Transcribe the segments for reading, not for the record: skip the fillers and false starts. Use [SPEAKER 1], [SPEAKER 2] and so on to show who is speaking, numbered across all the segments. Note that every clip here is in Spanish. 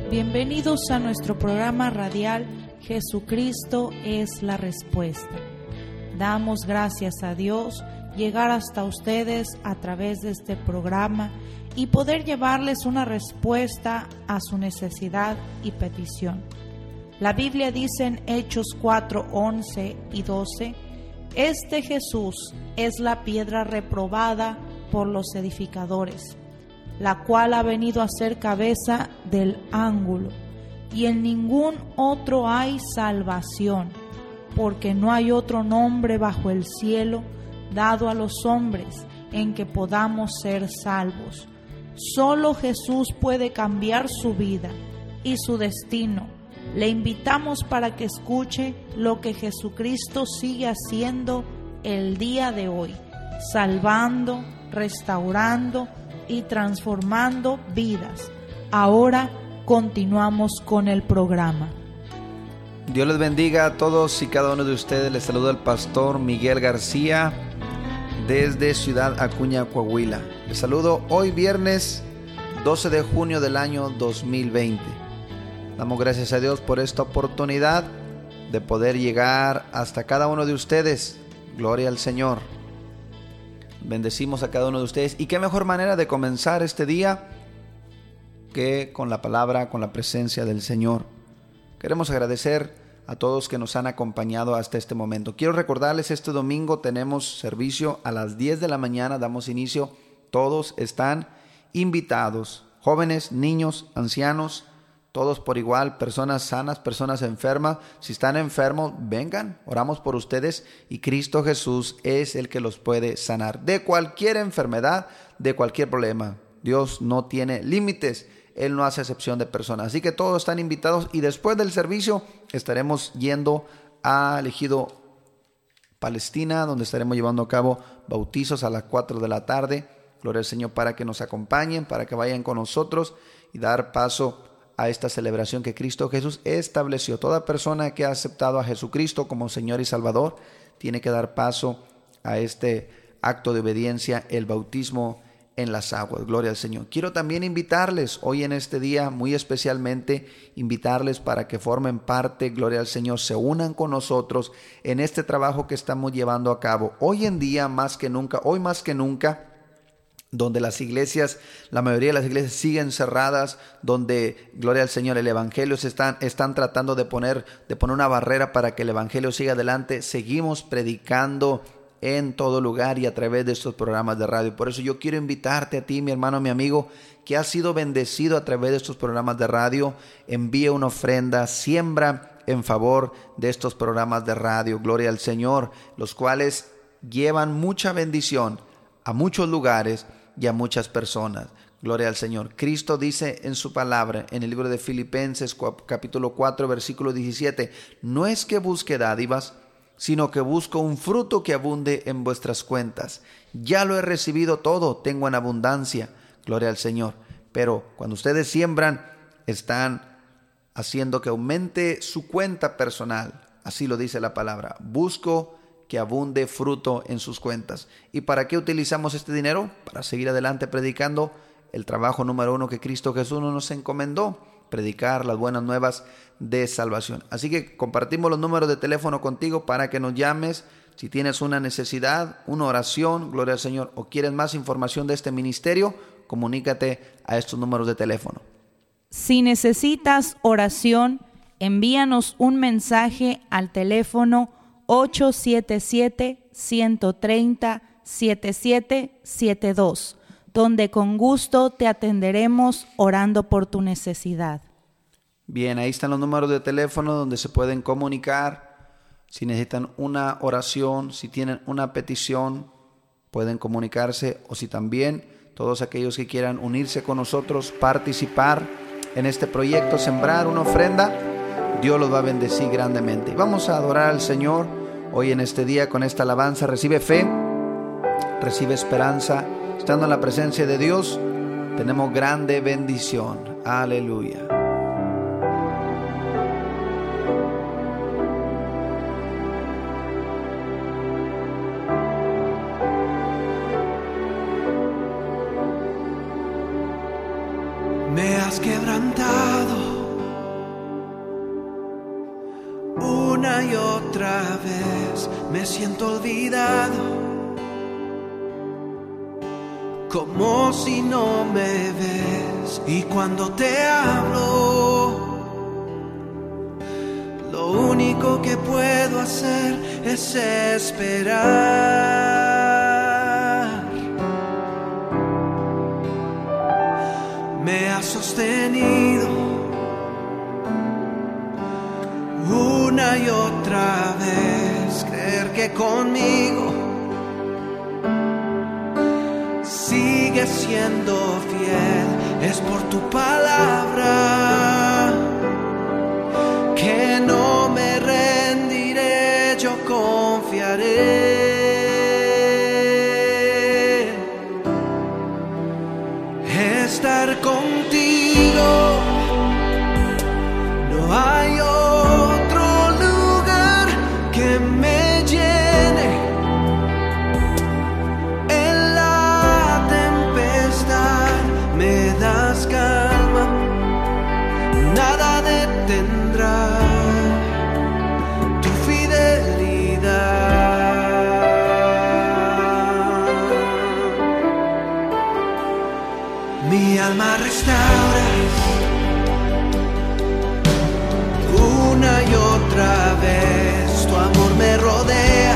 [SPEAKER 1] Bienvenidos a nuestro programa radial Jesucristo es la respuesta. Damos gracias a Dios llegar hasta ustedes a través de este programa y poder llevarles una respuesta a su necesidad y petición. La Biblia dice en Hechos 4, 11 y 12: Este Jesús es la piedra reprobada por los edificadores, la cual ha venido a ser cabeza del ángulo, y en ningún otro hay salvación, porque no hay otro nombre bajo el cielo dado a los hombres en que podamos ser salvos. Solo Jesús puede cambiar su vida y su destino. Le invitamos para que escuche lo que Jesucristo sigue haciendo el día de hoy, salvando, restaurando y transformando vidas. Ahora continuamos con el programa.
[SPEAKER 2] Dios les bendiga a todos y cada uno de ustedes. Les saluda el pastor Miguel García desde Ciudad Acuña, Coahuila. Les saludo hoy viernes 12 de junio del año 2020. Damos gracias a Dios por esta oportunidad de poder llegar hasta cada uno de ustedes. Gloria al Señor. Bendecimos a cada uno de ustedes. Y qué mejor manera de comenzar este día que con la palabra, con la presencia del Señor. Queremos agradecer a todos que nos han acompañado hasta este momento. Quiero recordarles, este domingo tenemos servicio a las 10 de la mañana, damos inicio. Todos están invitados, jóvenes, niños, ancianos, todos por igual, personas sanas, personas enfermas. Si están enfermos, vengan, oramos por ustedes y Cristo Jesús es el que los puede sanar de cualquier enfermedad, de cualquier problema. Dios no tiene límites, Él no hace excepción de personas. Así que todos están invitados y después del servicio estaremos yendo a Ejido Palestina, donde estaremos llevando a cabo bautizos a las 4 de la tarde. Gloria al Señor, para que nos acompañen, para que vayan con nosotros y dar paso a esta celebración que Cristo Jesús estableció. Toda persona que ha aceptado a Jesucristo como Señor y Salvador tiene que dar paso a este acto de obediencia, el bautismo en las aguas. Gloria al Señor. Quiero también invitarles hoy en este día, muy especialmente, invitarles para que formen parte, gloria al Señor, se unan con nosotros en este trabajo que estamos llevando a cabo. Hoy en día, más que nunca, donde las iglesias, la mayoría de las iglesias siguen cerradas, donde, gloria al Señor, el evangelio están tratando de poner una barrera para que el evangelio siga adelante. Seguimos predicando en todo lugar y a través de estos programas de radio. Por eso yo quiero invitarte a ti, mi hermano, mi amigo, que has sido bendecido a través de estos programas de radio. Envíe una ofrenda, siembra en favor de estos programas de radio, gloria al Señor, los cuales llevan mucha bendición a muchos lugares y a muchas personas. Gloria al Señor. Cristo dice en su palabra, en el libro de Filipenses capítulo 4 versículo 17: no es que busque dádivas, sino que busco un fruto que abunde en vuestras cuentas. Ya lo he recibido todo, tengo en abundancia. Gloria al Señor. Pero cuando ustedes siembran, están haciendo que aumente su cuenta personal. Así lo dice la palabra. Busco que abunde fruto en sus cuentas. ¿Y para qué utilizamos este dinero? Para seguir adelante predicando el trabajo número 1 que Cristo Jesús nos encomendó: predicar las buenas nuevas de salvación. Así que compartimos los números de teléfono contigo para que nos llames si tienes una necesidad, una oración, gloria al Señor, o quieres más información de este ministerio. Comunícate a estos números de teléfono.
[SPEAKER 1] Si necesitas oración, envíanos un mensaje al teléfono 877-130-7772, donde con gusto te atenderemos orando por tu necesidad.
[SPEAKER 2] Bien, ahí están los números de teléfono donde se pueden comunicar. Si necesitan una oración, si tienen una petición, pueden comunicarse. O si también todos aquellos que quieran unirse con nosotros, participar en este proyecto, sembrar una ofrenda, Dios los va a bendecir grandemente. Y vamos a adorar al Señor hoy en este día con esta alabanza. Recibe fe, recibe esperanza. Estando en la presencia de Dios, tenemos grande bendición. Aleluya.
[SPEAKER 3] Me has quebrantado otra vez me siento olvidado, como si no me ves. Y cuando te hablo, lo único que puedo hacer es esperar. Me has sostenido una y otra vez, creer que conmigo sigues siendo fiel. Es por tu palabra que no me rendiré, yo confiaré. Estar contigo, no hay otro lugar que me llene. En la tempestad me das calma, nada detendrá tu fidelidad. Mi alma restauras una y otra vez, tu amor me rodea,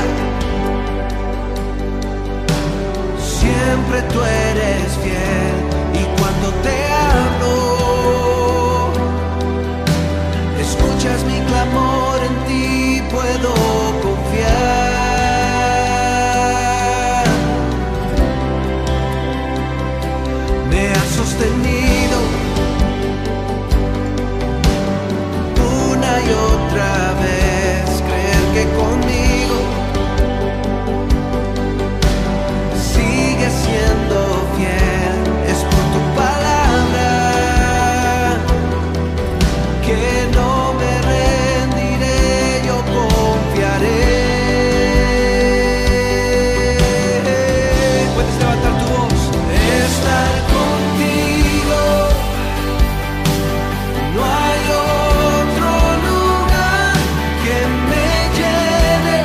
[SPEAKER 3] siempre tú eres fiel. Y cuando te hablo, escuchas mi clamor, en ti puedo confiar. Me has sostenido una y otra vez, creer que conmigo sigue siendo fiel. Es por tu palabra que no me rendiré, yo confiaré. Puedes levantar tu voz. Estar contigo, no hay otro lugar que me llene.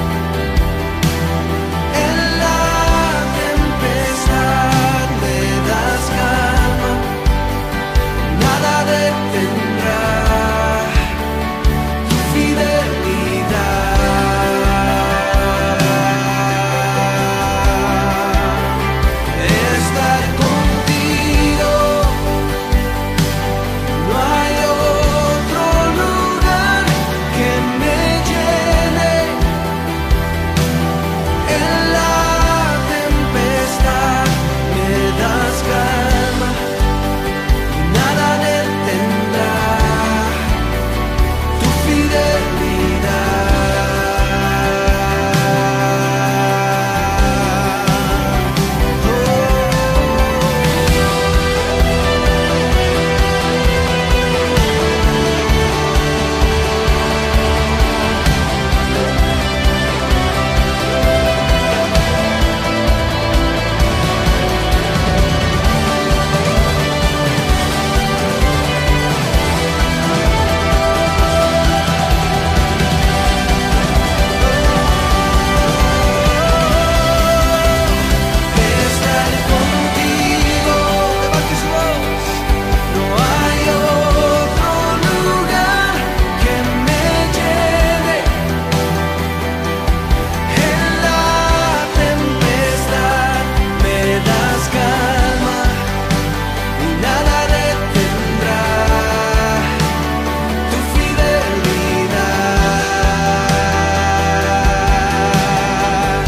[SPEAKER 3] En la tempestad me das calma, nada detendrá tu fidelidad. Estar contigo, no hay otro lugar que me llene. En la tempestad me das calma, nada detendrá tu Estar contigo, levante su voz. No hay otro lugar que me llene. En la tempestad me das calma y nada detendrá tu fidelidad.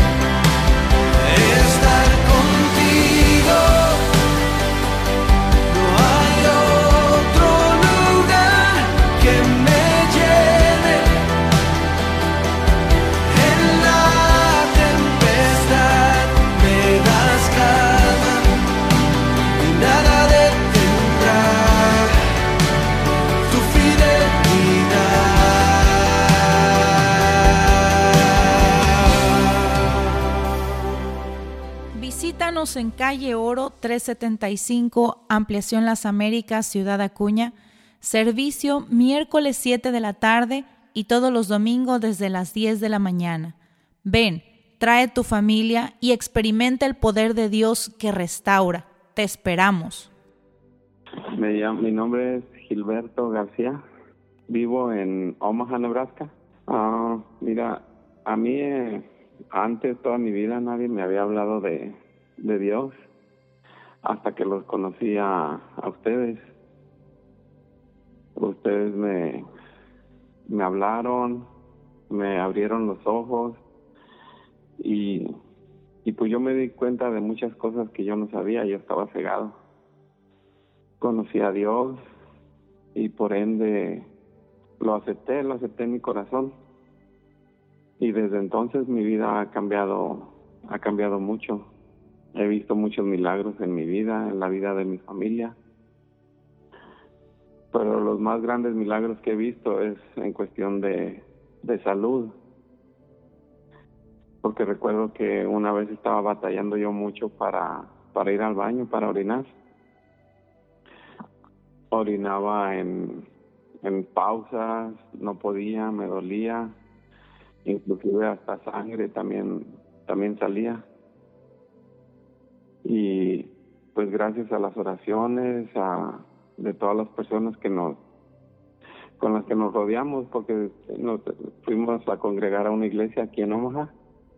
[SPEAKER 3] Estar contigo, no hay otro lugar que me llene. En la tempestad me das calma y nada detendrá tu fidelidad.
[SPEAKER 1] Visítanos en calle Oro 375, Ampliación Las Américas, Ciudad Acuña. Servicio miércoles 7 de la tarde y todos los domingos desde las 10 de la mañana. Ven, trae tu familia y experimenta el poder de Dios que restaura. Te esperamos.
[SPEAKER 4] Mi nombre es Gilberto García. Vivo en Omaha, Nebraska. Mira, a mí antes toda mi vida nadie me había hablado de Dios hasta que los conocí a ustedes. Ustedes me hablaron, me abrieron los ojos y pues yo me di cuenta de muchas cosas que yo no sabía. Yo estaba cegado. Conocí a Dios y por ende lo acepté en mi corazón. Y desde entonces mi vida ha cambiado mucho. He visto muchos milagros en mi vida, en la vida de mi familia. Pero los más grandes milagros que he visto es en cuestión de salud. Porque recuerdo que una vez estaba batallando yo mucho para ir al baño, para orinar. Orinaba en pausas, no podía, me dolía, inclusive hasta sangre también salía. Y pues gracias a las oraciones de todas las personas con las que nos rodeamos, porque nos fuimos a congregar a una iglesia aquí en Omaha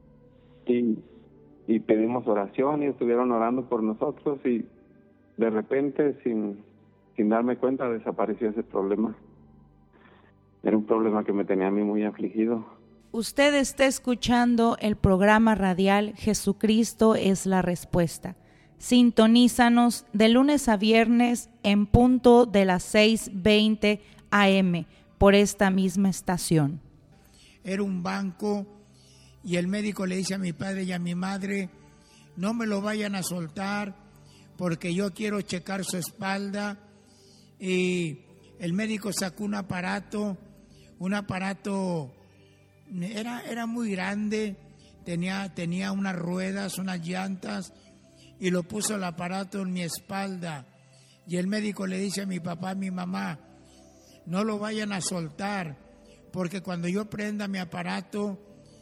[SPEAKER 4] y pedimos oración y estuvieron orando por nosotros y de repente sin darme cuenta desapareció ese problema. Era un problema que me tenía a mí muy afligido.
[SPEAKER 1] Usted está escuchando el programa radial Jesucristo es la respuesta. Sintonízanos de lunes a viernes en punto de las 6:20 AM por esta misma estación.
[SPEAKER 5] Era un banco y el médico le dice a mi padre y a mi madre, no me lo vayan a soltar porque yo quiero checar su espalda. Y el médico sacó un aparato era muy grande, tenía unas ruedas, unas llantas, y lo puso el aparato en mi espalda. Y el médico le dice a mi papá, a mi mamá, no lo vayan a soltar, porque cuando yo prenda mi aparato,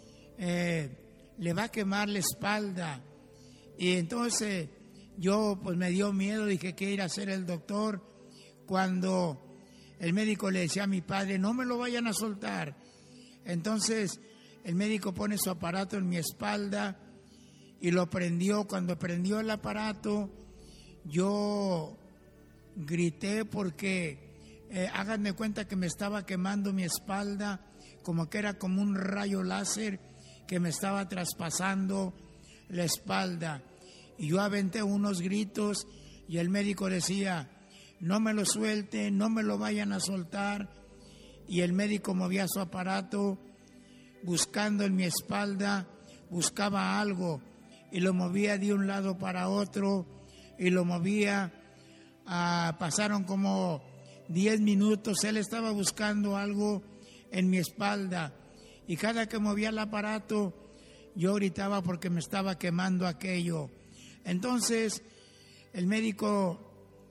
[SPEAKER 5] le va a quemar la espalda. Y entonces yo pues me dio miedo, dije, ¿qué ir a hacer el doctor? Cuando el médico le decía a mi padre, no me lo vayan a soltar. Entonces el médico pone su aparato en mi espalda y lo prendió. Cuando prendió el aparato, yo grité porque háganme cuenta que me estaba quemando mi espalda, como que era como un rayo láser que me estaba traspasando la espalda. Y yo aventé unos gritos y el médico decía, no me lo suelten, no me lo vayan a soltar. Y el médico movía su aparato buscando en mi espalda, buscaba algo y lo movía de un lado para otro y lo movía. Pasaron como 10 minutos, él estaba buscando algo en mi espalda y cada que movía el aparato yo gritaba porque me estaba quemando aquello. Entonces el médico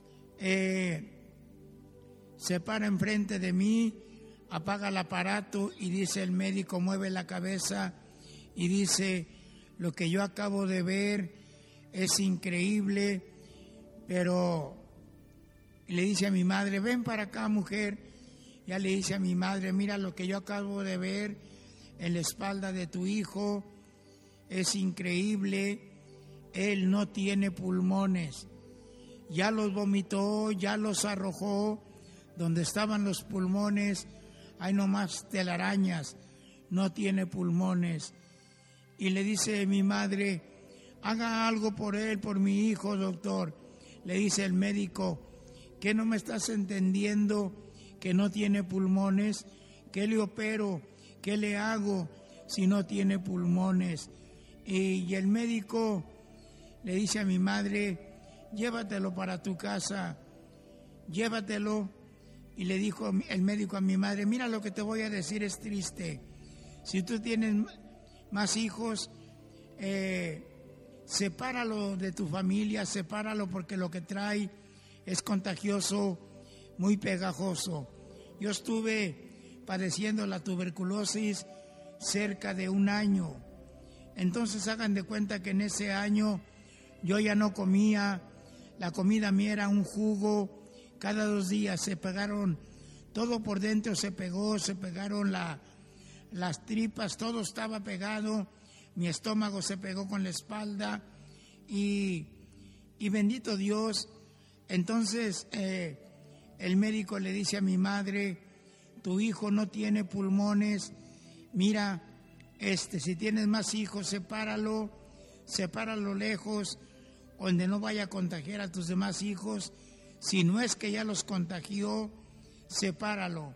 [SPEAKER 5] se para enfrente de mí, apaga el aparato y dice el médico, mueve la cabeza y dice, lo que yo acabo de ver es increíble, pero le dice a mi madre, ven para acá, mujer. Ya le dice a mi madre, mira lo que yo acabo de ver en la espalda de tu hijo, es increíble, él no tiene pulmones. Ya los vomitó, ya los arrojó, donde estaban los pulmones hay nomás telarañas, no tiene pulmones. Y le dice mi madre, haga algo por él, por mi hijo, doctor. Le dice el médico, ¿qué no me estás entendiendo que no tiene pulmones? ¿Qué le opero? ¿Qué le hago si no tiene pulmones? Y el médico le dice a mi madre, llévatelo para tu casa, llévatelo. Y le dijo el médico a mi madre, mira lo que te voy a decir es triste. Si tú tienes más hijos, sepáralo de tu familia, sepáralo porque lo que trae es contagioso, muy pegajoso. Yo estuve padeciendo la tuberculosis cerca de un año. Entonces hagan de cuenta que en ese año yo ya no comía, la comida mía era un jugo, cada 2 días se pegaron, todo por dentro se pegaron las tripas, todo estaba pegado, mi estómago se pegó con la espalda y bendito Dios. Entonces el médico le dice a mi madre: tu hijo no tiene pulmones, mira, si tienes más hijos, sepáralo lejos, donde no vaya a contagiar a tus demás hijos. Si no es que ya los contagió, sepáralo.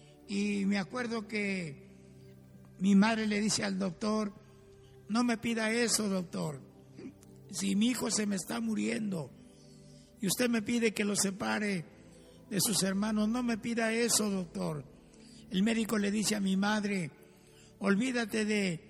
[SPEAKER 5] Y me acuerdo que mi madre le dice al doctor: no me pida eso, doctor. Si mi hijo se me está muriendo y usted me pide que lo separe de sus hermanos, no me pida eso, doctor. El médico le dice a mi madre: olvídate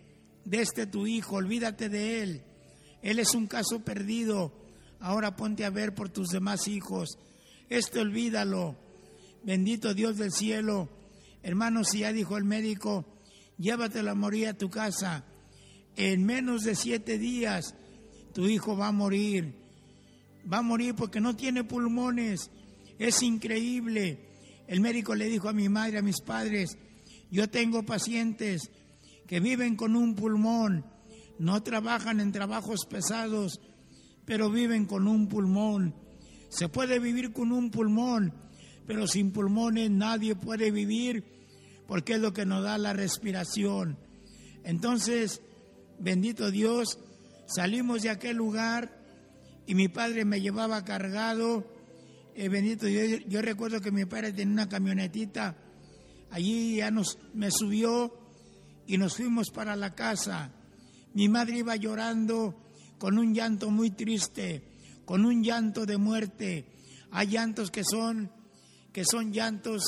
[SPEAKER 5] de tu hijo, olvídate de él. Él es un caso perdido. Ahora ponte a ver por tus demás hijos. Olvídalo. Bendito Dios del cielo. Hermanos, si ya dijo el médico, llévatelo a morir a tu casa. En menos de 7 días tu hijo va a morir. Va a morir porque no tiene pulmones. Es increíble. El médico le dijo a mi madre, a mis padres: yo tengo pacientes que viven con un pulmón, no trabajan en trabajos pesados, pero viven con un pulmón. Se puede vivir con un pulmón, pero sin pulmones nadie puede vivir, porque es lo que nos da la respiración. Entonces, bendito Dios, salimos de aquel lugar y mi padre me llevaba cargado. Bendito Dios, yo recuerdo que mi padre tenía una camionetita, allí ya me subió y nos fuimos para la casa. Mi madre iba llorando con un llanto muy triste, con un llanto de muerte. Hay llantos que son llantos,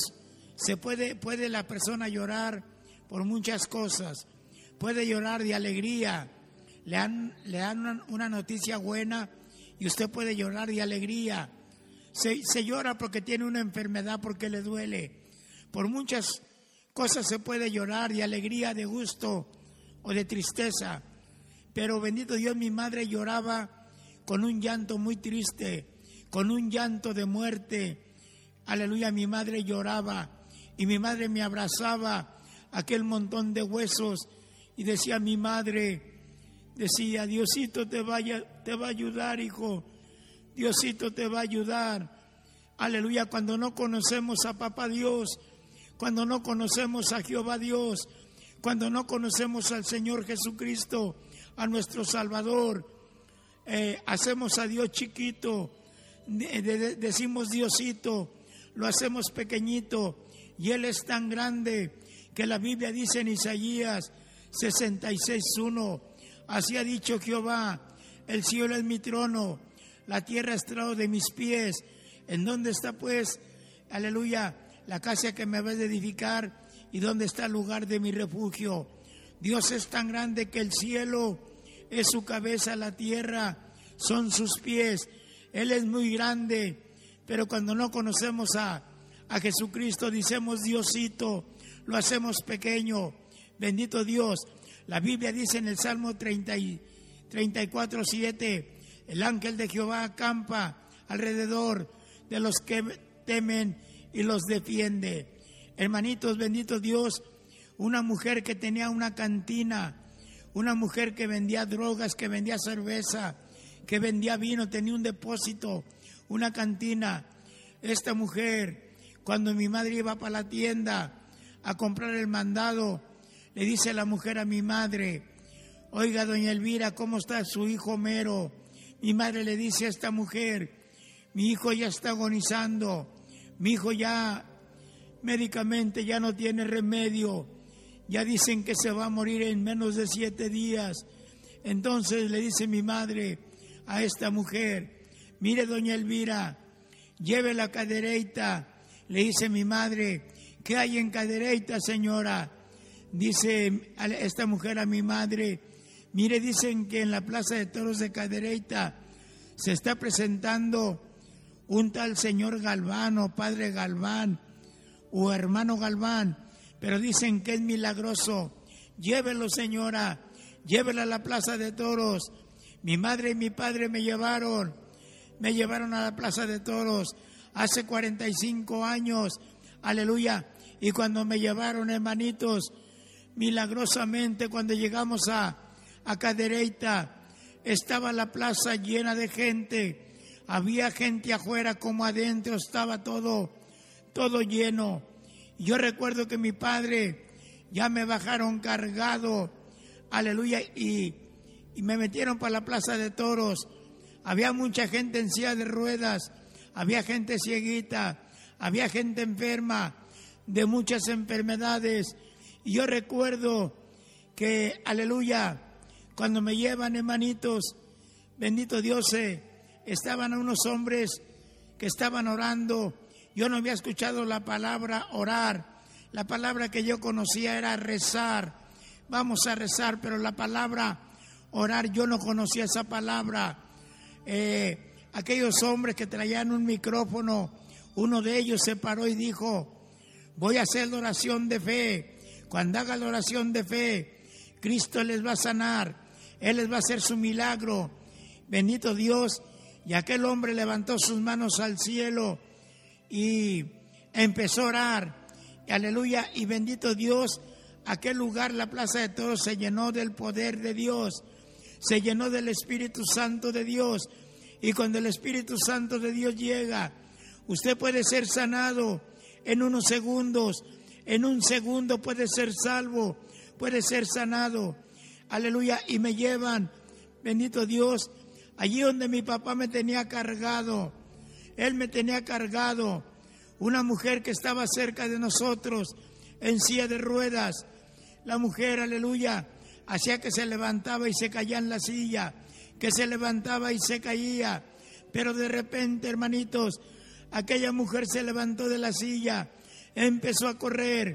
[SPEAKER 5] puede la persona llorar por muchas cosas, puede llorar de alegría, le dan una noticia buena y usted puede llorar de alegría. Se llora porque tiene una enfermedad, porque le duele. Por muchas cosas se puede llorar, de alegría, de gusto o de tristeza. Pero bendito Dios, mi madre lloraba con un llanto muy triste, con un llanto de muerte. Aleluya, mi madre lloraba y mi madre me abrazaba aquel montón de huesos y decía mi madre, decía: Diosito te va a ayudar, hijo. Diosito te va a ayudar. Aleluya, cuando no conocemos a Papá Dios, cuando no conocemos a Jehová Dios, cuando no conocemos al Señor Jesucristo, a nuestro Salvador, hacemos a Dios chiquito, decimos Diosito, lo hacemos pequeñito, y Él es tan grande que la Biblia dice en Isaías 66:1, así ha dicho Jehová: el cielo es mi trono, la tierra es estrado de mis pies. ¿En dónde está pues, aleluya, la casa que me vas a edificar? ¿Y dónde está el lugar de mi refugio? Dios es tan grande que el cielo es su cabeza, la tierra son sus pies. Él es muy grande, pero cuando no conocemos a Jesucristo, decimos Diosito, lo hacemos pequeño. Bendito Dios. La Biblia dice en el Salmo 34:7, el ángel de Jehová acampa alrededor de los que temen y los defiende. Hermanitos, bendito Dios, una mujer que tenía una cantina, una mujer que vendía drogas, que vendía cerveza, que vendía vino, tenía un depósito, una cantina. Esta mujer, cuando mi madre iba para la tienda a comprar el mandado, le dice la mujer a mi madre: oiga, doña Elvira, ¿cómo está su hijo Homero? Mi madre le dice a esta mujer: mi hijo ya está agonizando, mi hijo ya médicamente ya no tiene remedio, ya dicen que se va a morir en menos de 7 días. Entonces le dice mi madre a esta mujer: mire, doña Elvira, lleve la Cadereyta. Le dice mi madre: ¿qué hay en Cadereyta, señora? Dice esta mujer a mi madre: mire, dicen que en la Plaza de Toros de Cadereyta se está presentando un tal señor Galván o padre Galván o hermano Galván, pero dicen que es milagroso. Llévelo, señora, llévela a la Plaza de Toros. Mi madre y mi padre me llevaron a la Plaza de Toros hace 45 años, aleluya. Y cuando me llevaron, hermanitos, milagrosamente cuando llegamos a Cadereyta, estaba la plaza llena de gente, había gente afuera como adentro, estaba todo lleno. Yo recuerdo que mi padre ya me bajaron cargado, aleluya, y me metieron para la Plaza de Toros. Había mucha gente en silla de ruedas, había gente cieguita, había gente enferma de muchas enfermedades. Y yo recuerdo que, aleluya, cuando me llevan, hermanitos, bendito Dios, estaban unos hombres que estaban orando. Yo no había escuchado la palabra orar. La palabra que yo conocía era rezar. Vamos a rezar, pero la palabra orar, yo no conocía esa palabra. Aquellos hombres que traían un micrófono, uno de ellos se paró y dijo: voy a hacer la oración de fe. Cuando haga la oración de fe, Cristo les va a sanar, Él les va a hacer su milagro. Bendito Dios. Y aquel hombre levantó sus manos al cielo y empezó a orar. Aleluya. Y bendito Dios, aquel lugar, la Plaza de Toros, se llenó del poder de Dios, se llenó del Espíritu Santo de Dios. Y cuando el Espíritu Santo de Dios llega, usted puede ser sanado en unos segundos. En un segundo puede ser salvo, puede ser sanado. Aleluya. Y me llevan, bendito Dios, allí donde mi papá me tenía cargado. Él me tenía cargado. Una mujer que estaba cerca de nosotros en silla de ruedas. La mujer, aleluya, hacía que se levantaba y se caía en la silla, que se levantaba y se caía. Pero de repente, hermanitos, aquella mujer se levantó de la silla, empezó a correr.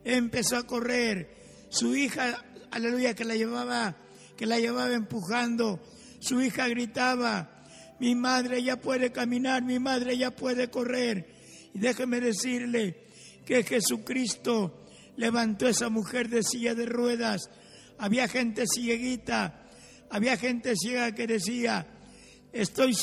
[SPEAKER 5] Su hija, aleluya, que la llevaba empujando, su hija gritaba: mi madre ya puede caminar, mi madre ya puede correr. Y déjeme decirle que Jesucristo levantó a esa mujer de silla de ruedas. Había gente cieguita, había gente ciega que decía: estoy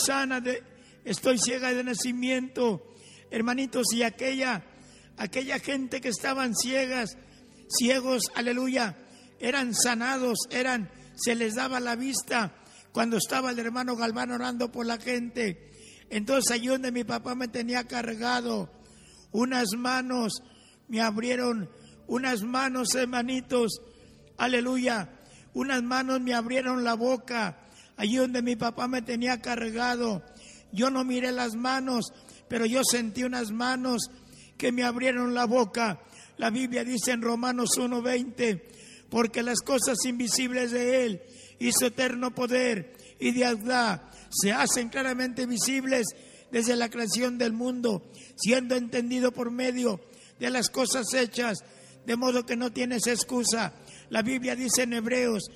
[SPEAKER 5] ciega de nacimiento. Hermanitos, y aquella gente que estaban ciegos, aleluya, eran sanados, se les daba la vista cuando estaba el hermano Galván orando por la gente. Entonces allí donde mi papá me tenía cargado, unas manos me abrieron, unas manos, hermanitos, aleluya, unas manos me abrieron la boca, allí donde mi papá me tenía cargado. Yo no miré las manos, pero yo sentí unas manos que me abrieron la boca. La Biblia dice en Romanos 1:20, porque las cosas invisibles de Él y su eterno poder y deidad se hacen claramente visibles desde la creación del mundo, siendo entendido por medio de las cosas hechas, de modo que no tienes excusa. La Biblia dice en Hebreos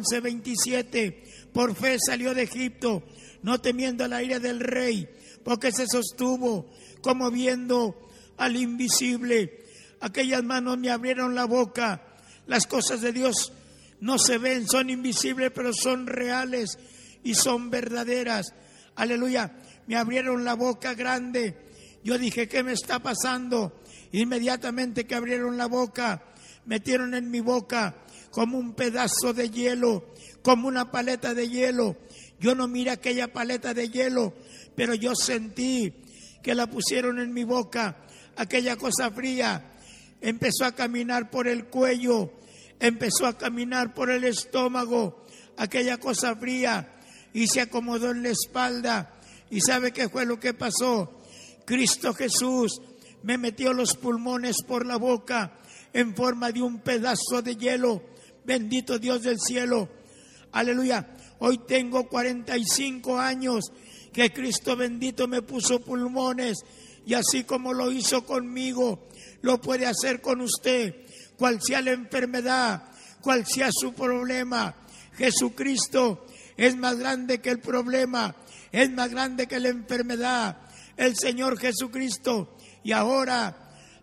[SPEAKER 5] 11:27, por fe salió de Egipto, no temiendo la ira del rey, porque se sostuvo como viendo al invisible. Aquellas manos me abrieron la boca. Las cosas de Dios no se ven, son invisibles, pero son reales y son verdaderas. Aleluya. Me abrieron la boca grande. Yo dije: ¿qué me está pasando? Inmediatamente que abrieron la boca, metieron en mi boca como un pedazo de hielo, como una paleta de hielo. Yo no miré aquella paleta de hielo, pero yo sentí que la pusieron en mi boca. Aquella cosa fría empezó a caminar por el cuello, empezó a caminar por el estómago, aquella cosa fría, y se acomodó en la espalda. ¿Y sabe qué fue lo que pasó? Cristo Jesús me metió los pulmones por la boca en forma de un pedazo de hielo. Bendito Dios del cielo. Aleluya. Hoy tengo 45 años que Cristo bendito me puso pulmones, y así como lo hizo conmigo, lo puede hacer con usted. Cual sea la enfermedad, cual sea su problema, Jesucristo es más grande que el problema, es más grande que la enfermedad. El Señor Jesucristo. Y ahora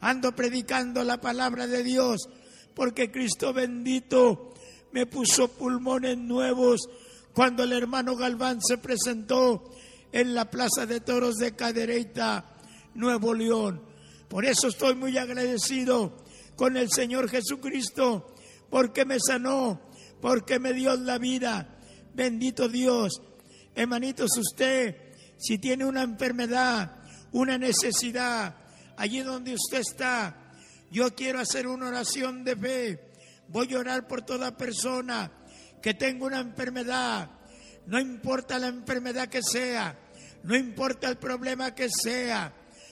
[SPEAKER 5] ando predicando la palabra de Dios, porque Cristo bendito me puso pulmones nuevos cuando el hermano Galván se presentó en la Plaza de Toros de Cadereyta, Nuevo León. Por eso estoy muy agradecido con el Señor Jesucristo, porque me sanó, porque me dio la vida. Bendito Dios. Hermanitos, usted, si tiene una enfermedad, una necesidad, allí donde usted está, yo quiero hacer una oración de fe. Voy a orar por toda persona que tenga una enfermedad. No importa la enfermedad que sea, no importa el problema que sea.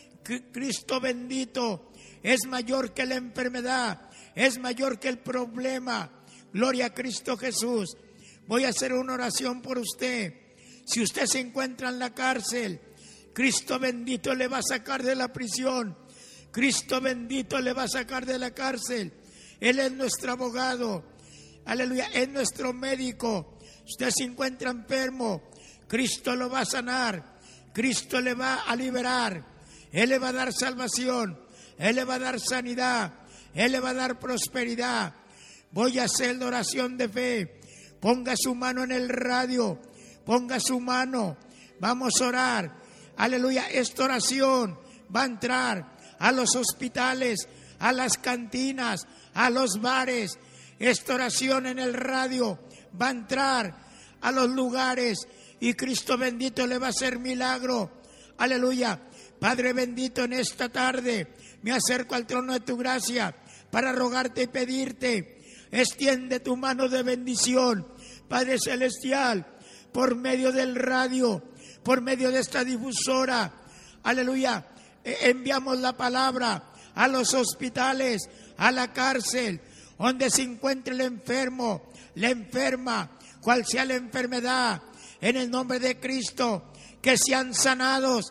[SPEAKER 5] Cristo bendito es mayor que la enfermedad, es mayor que el problema. Gloria a Cristo Jesús. Voy a hacer una oración por usted. Si usted se encuentra en la cárcel, Cristo bendito le va a sacar de la prisión. Cristo bendito le va a sacar de la cárcel. Él es nuestro abogado. Aleluya, es nuestro médico. Usted se encuentra enfermo, Cristo lo va a sanar. Cristo le va a liberar. Él le va a dar salvación. Él le va a dar sanidad. Él le va a dar prosperidad. Voy a hacer la oración de fe. Ponga su mano en el radio. Ponga su mano. Vamos a orar. Aleluya. Esta oración va a entrar a los hospitales, a las cantinas, a los bares. Esta oración en el radio va a entrar a los lugares y Cristo bendito le va a hacer milagro. Aleluya. Padre bendito, en esta tarde me acerco al trono de tu gracia para rogarte y pedirte, extiende tu mano de bendición, Padre celestial, por medio del radio, por medio de esta difusora. Aleluya. Enviamos la palabra a los hospitales, a la cárcel, donde se encuentre el enfermo, la enferma, cual sea la enfermedad, en el nombre de Cristo, que sean sanados,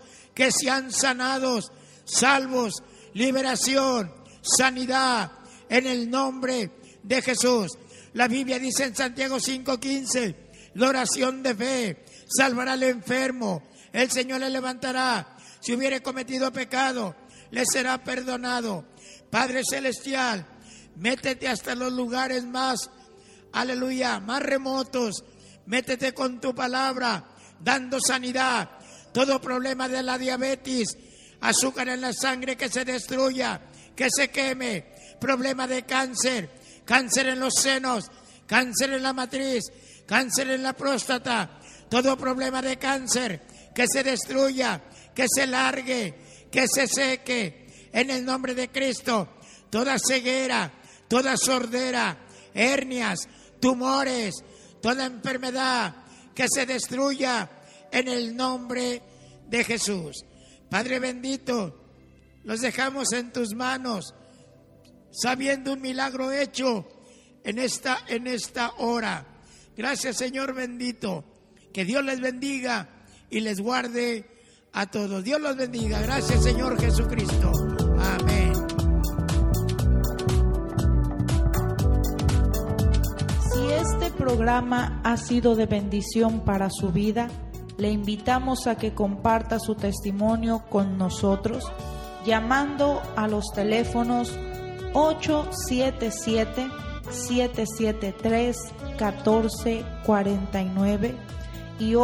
[SPEAKER 5] salvos, liberación, sanidad, en el nombre de Jesús. La Biblia dice en Santiago 5:15, la oración de fe salvará al enfermo, el Señor le levantará. Si hubiere cometido pecado, le será perdonado. Padre celestial, métete hasta los lugares más, aleluya, más remotos. Métete con tu palabra, dando sanidad. Todo problema de la diabetes, azúcar en la sangre, que se destruya, que se queme. Problema de cáncer, cáncer en los senos, cáncer en la matriz, cáncer en la próstata. Todo problema de cáncer, que se destruya, que se largue, que se seque, en el nombre de Cristo. Toda ceguera, toda sordera, hernias, tumores, toda enfermedad, que se destruya en el nombre de Jesús. Padre bendito, los dejamos en tus manos, sabiendo un milagro hecho en esta hora. Gracias, Señor bendito. Que Dios les bendiga y les guarde a todos. Dios los bendiga. Gracias, Señor Jesucristo. Amén.
[SPEAKER 1] Si este programa ha sido de bendición para su vida, le invitamos a que comparta su testimonio con nosotros llamando a los teléfonos 877-773-1449 y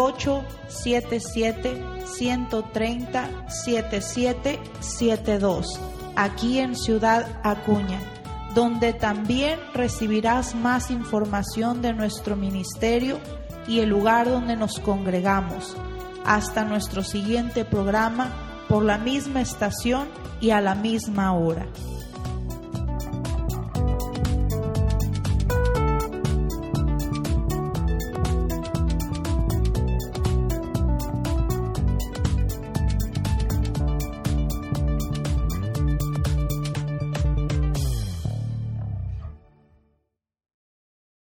[SPEAKER 1] 877-130-7772, aquí en Ciudad Acuña, donde también recibirás más información de nuestro ministerio y el lugar donde nos congregamos. Hasta nuestro siguiente programa, por la misma estación y a la misma hora.